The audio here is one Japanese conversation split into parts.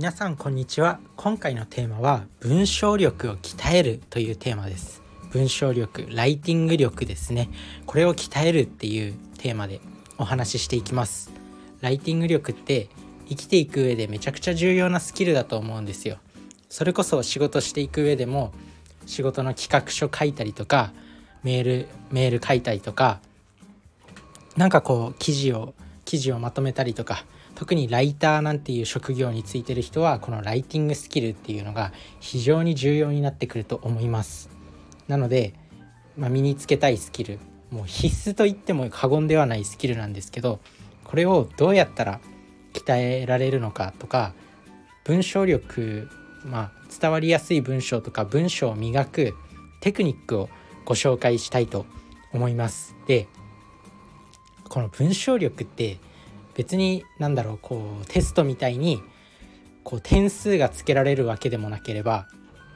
皆さんこんにちは。今回のテーマは文章力を鍛えるというテーマです。文章力、ライティング力ですね。これを鍛えるっていうテーマでお話ししていきます。ライティング力って生きていく上でめちゃくちゃ重要なスキルだと思うんですよ。それこそ仕事していく上でも、仕事の企画書書いたりとか、メール書いたりとか、なんかこう記事をまとめたりとか、特にライターなんていう職業についてる人はこのライティングスキルっていうのが非常に重要になってくると思います。なので、身につけたいスキル、もう必須と言っても過言ではないスキルなんですけど、これをどうやったら鍛えられるのかとか、文章力、伝わりやすい文章とか文章を磨くテクニックをご紹介したいと思います。で、この文章力って別にテストみたいに点数がつけられるわけでもなければ、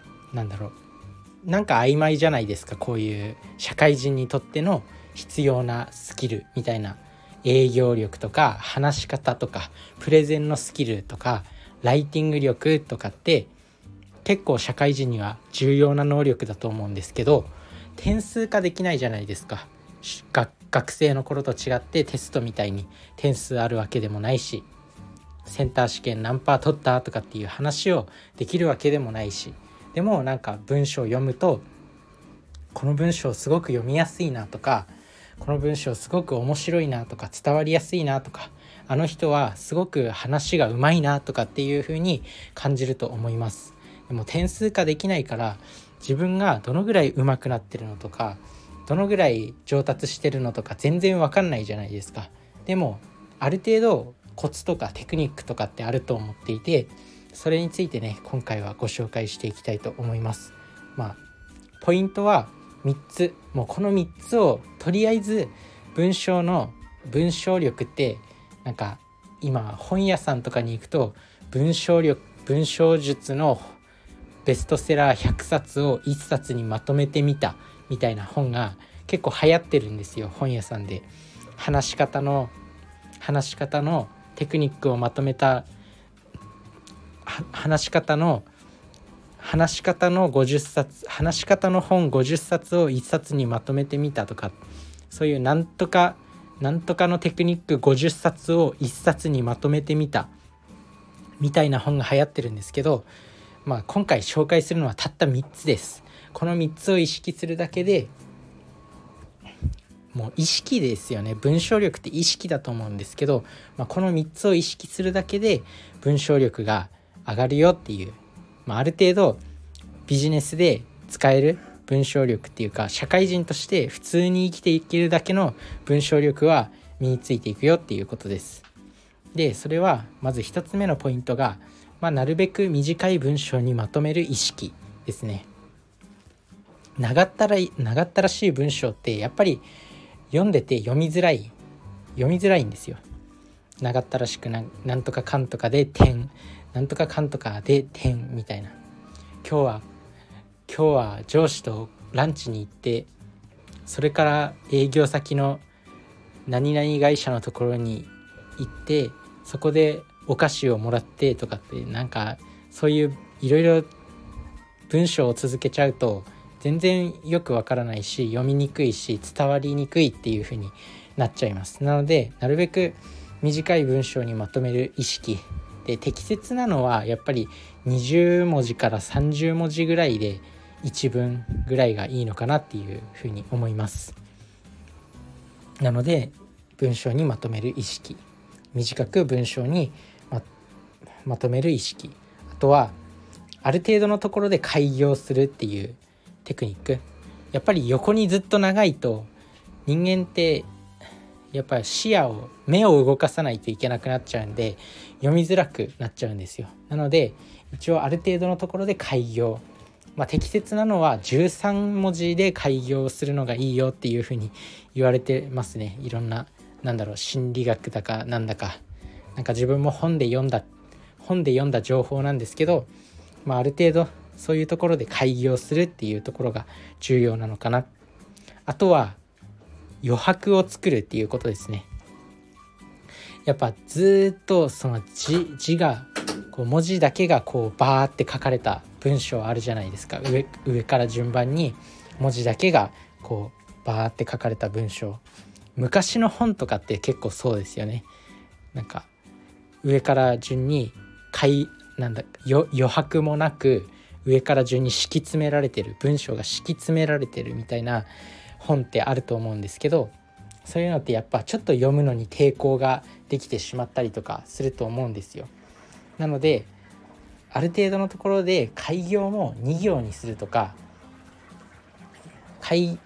なんか曖昧じゃないですか。こういう社会人にとっての必要なスキルみたいな、営業力とか話し方とかプレゼンのスキルとかライティング力とかって結構社会人には重要な能力だと思うんですけど、点数化できないじゃないですか。学生の頃と違ってテストみたいに点数あるわけでもないし、センター試験何パー取ったとかっていう話をできるわけでもないし、でも文章を読むと、この文章すごく読みやすいなとか、この文章すごく面白いなとか、伝わりやすいなとか、あの人はすごく話がうまいなとかっていう風に感じると思います。でも点数化できないから、自分がどのぐらい上手くなってるのとか、どのぐらい上達してるのとか全然わかんないじゃないですか。でもある程度コツとかテクニックとかってあると思っていて、それについてね、今回はご紹介していきたいと思います。ポイントは3つ。もうこの3つをとりあえず、文章力って今本屋さんとかに行くと、文章術のベストセラー100冊を1冊にまとめてみたみたいな本が結構流行ってるんですよ。本屋さんで話し方のテクニックをまとめた話し方の50冊、話し方の本50冊を1冊にまとめてみたとか、そういうなんとかのテクニック50冊を1冊にまとめてみたみたいな本が流行ってるんですけど、今回紹介するのはたった3つです。この3つを意識するだけで、もう意識ですよね。文章力って意識だと思うんですけど、この3つを意識するだけで文章力が上がるよっていう、ある程度ビジネスで使える文章力っていうか、社会人として普通に生きていけるだけの文章力は身についていくよっていうことです。で、それはまず1つ目のポイントが、なるべく短い文章にまとめる意識ですね。長ったらしい文章ってやっぱり読んでて読みづらいんですよ。長ったらしくなんとかかんとかで点、なんとかかんとかで点みたいな。今日は上司とランチに行って、それから営業先の何々会社のところに行って、そこでお菓子をもらってとかって、そういういろいろ文章を続けちゃうと全然よくわからないし、読みにくいし、伝わりにくいっていう風になっちゃいます。なので、なるべく短い文章にまとめる意識で、適切なのはやっぱり20文字から30文字ぐらいで1文ぐらいがいいのかなっていう風に思います。なので、文章にまとめる意識、短く文章に まとめる意識、あとはある程度のところで改行するっていうテクニック。やっぱり横にずっと長いと、人間ってやっぱり目を動かさないといけなくなっちゃうんで、読みづらくなっちゃうんですよ。なので一応ある程度のところで改行、適切なのは13文字で改行するのがいいよっていうふうに言われてますね。いろんな心理学だかなんだか、自分も本で読んだ情報なんですけど、ある程度そういうところで改行するっていうところが重要なのかな。あとは余白を作るっていうことですね。やっぱずっとその字がこう文字だけがこうバーって書かれた文章あるじゃないですか。上から順番に文字だけがこうバーって書かれた文章、昔の本とかって結構そうですよね。なんか上から順に余白もなく上から順に敷き詰められてる、文章が敷き詰められてるみたいな本ってあると思うんですけど、そういうのってやっぱちょっと読むのに抵抗ができてしまったりとかすると思うんですよ。なのである程度のところで開業も2行にするとか、開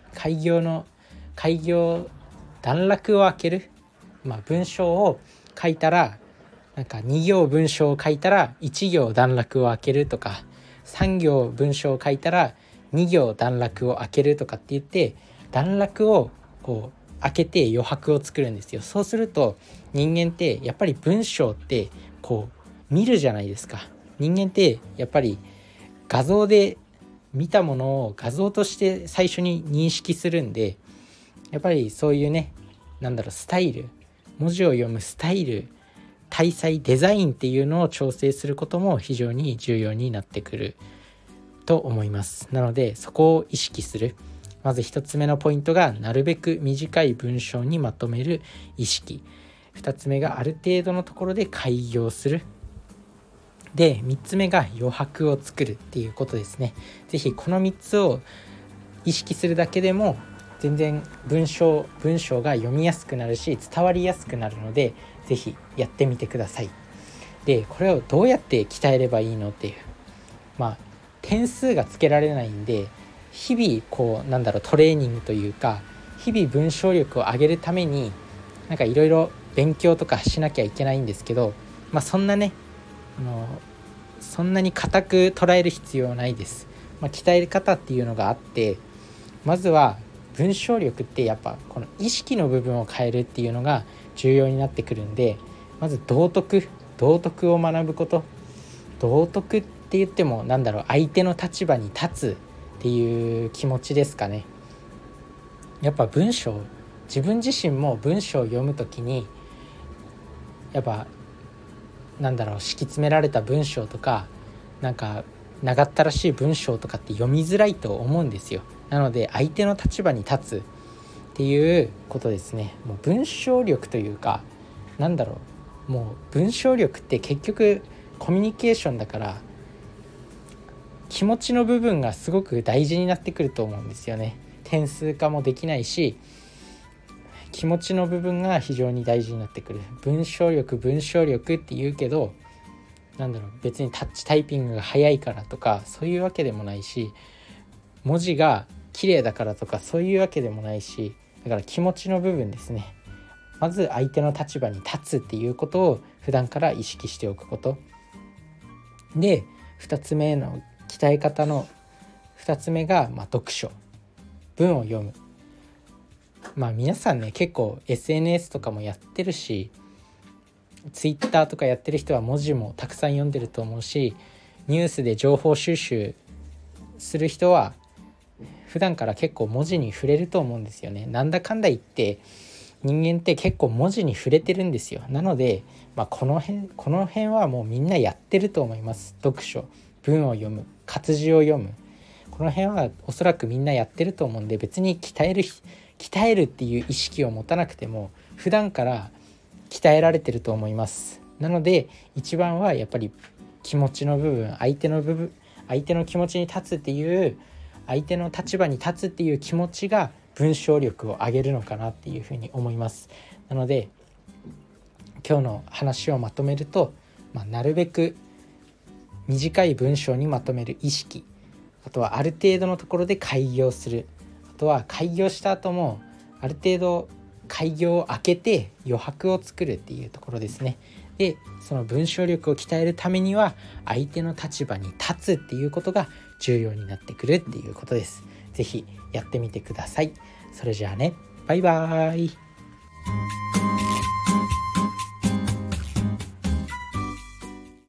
業段落を開ける、文章を書いたらなんか2行文章を書いたら1行段落を開けるとか、3行文章を書いたら2行段落を開けるとかって言って、段落をこう開けて余白を作るんですよ。そうすると人間ってやっぱり文章ってこう見るじゃないですか。人間ってやっぱり画像で見たものを画像として最初に認識するんで、やっぱりそういうね、スタイル、文字を読むスタイル、体裁、デザインっていうのを調整することも非常に重要になってくると思います。なのでそこを意識する。まず一つ目のポイントがなるべく短い文章にまとめる意識。二つ目がある程度のところで開業する。で、三つ目が余白を作るっていうことですね。ぜひこの三つを意識するだけでも全然文章が読みやすくなるし伝わりやすくなるので、ぜひやってみてください。で、これをどうやって鍛えればいいのっていう、点数がつけられないんで、日々トレーニングというか、日々文章力を上げるためにいろいろ勉強とかしなきゃいけないんですけど、そんなねそんなに固く捉える必要はないです。鍛え方っていうのがあって、まずは文章力ってやっぱこの意識の部分を変えるっていうのが重要になってくるんで、まず道徳を学ぶこと。道徳って言っても相手の立場に立つっていう気持ちですかね。やっぱ自分自身も文章を読むときにやっぱ敷き詰められた文章とか長ったらしい文章とかって読みづらいと思うんですよ。なので相手の立場に立つっていうことですね。もう文章力というかもう文章力って結局コミュニケーションだから、気持ちの部分がすごく大事になってくると思うんですよね。点数化もできないし、気持ちの部分が非常に大事になってくる。文章力って言うけど別にタッチタイピングが早いからとかそういうわけでもないし、文字が綺麗だからとかそういうわけでもないし、だから気持ちの部分ですね。まず相手の立場に立つっていうことを普段から意識しておくことで、2つ目の鍛え方の2つ目が読書、文を読む。皆さんね結構 SNS とかもやってるし、Twitter とかやってる人は文字もたくさん読んでると思うし、ニュースで情報収集する人は普段から結構文字に触れると思うんですよね。なんだかんだ言って人間って結構文字に触れてるんですよ。なので、この辺はもうみんなやってると思います。読書、文を読む、活字を読む、この辺はおそらくみんなやってると思うんで、別に鍛えるっていう意識を持たなくても普段から鍛えられてると思います。なので一番はやっぱり気持ちの部分、相手の気持ちに立つっていう、相手の立場に立つっていう気持ちが文章力を上げるのかなっていうふうに思います。なので今日の話をまとめると、なるべく短い文章にまとめる意識、あとはある程度のところで開業する、あとは開業した後もある程度開業を開けて余白を作るっていうところですね。で、その文章力を鍛えるためには相手の立場に立つっていうことが重要になってくるっていうことです。ぜひやってみてください。それじゃあね、バイバーイ。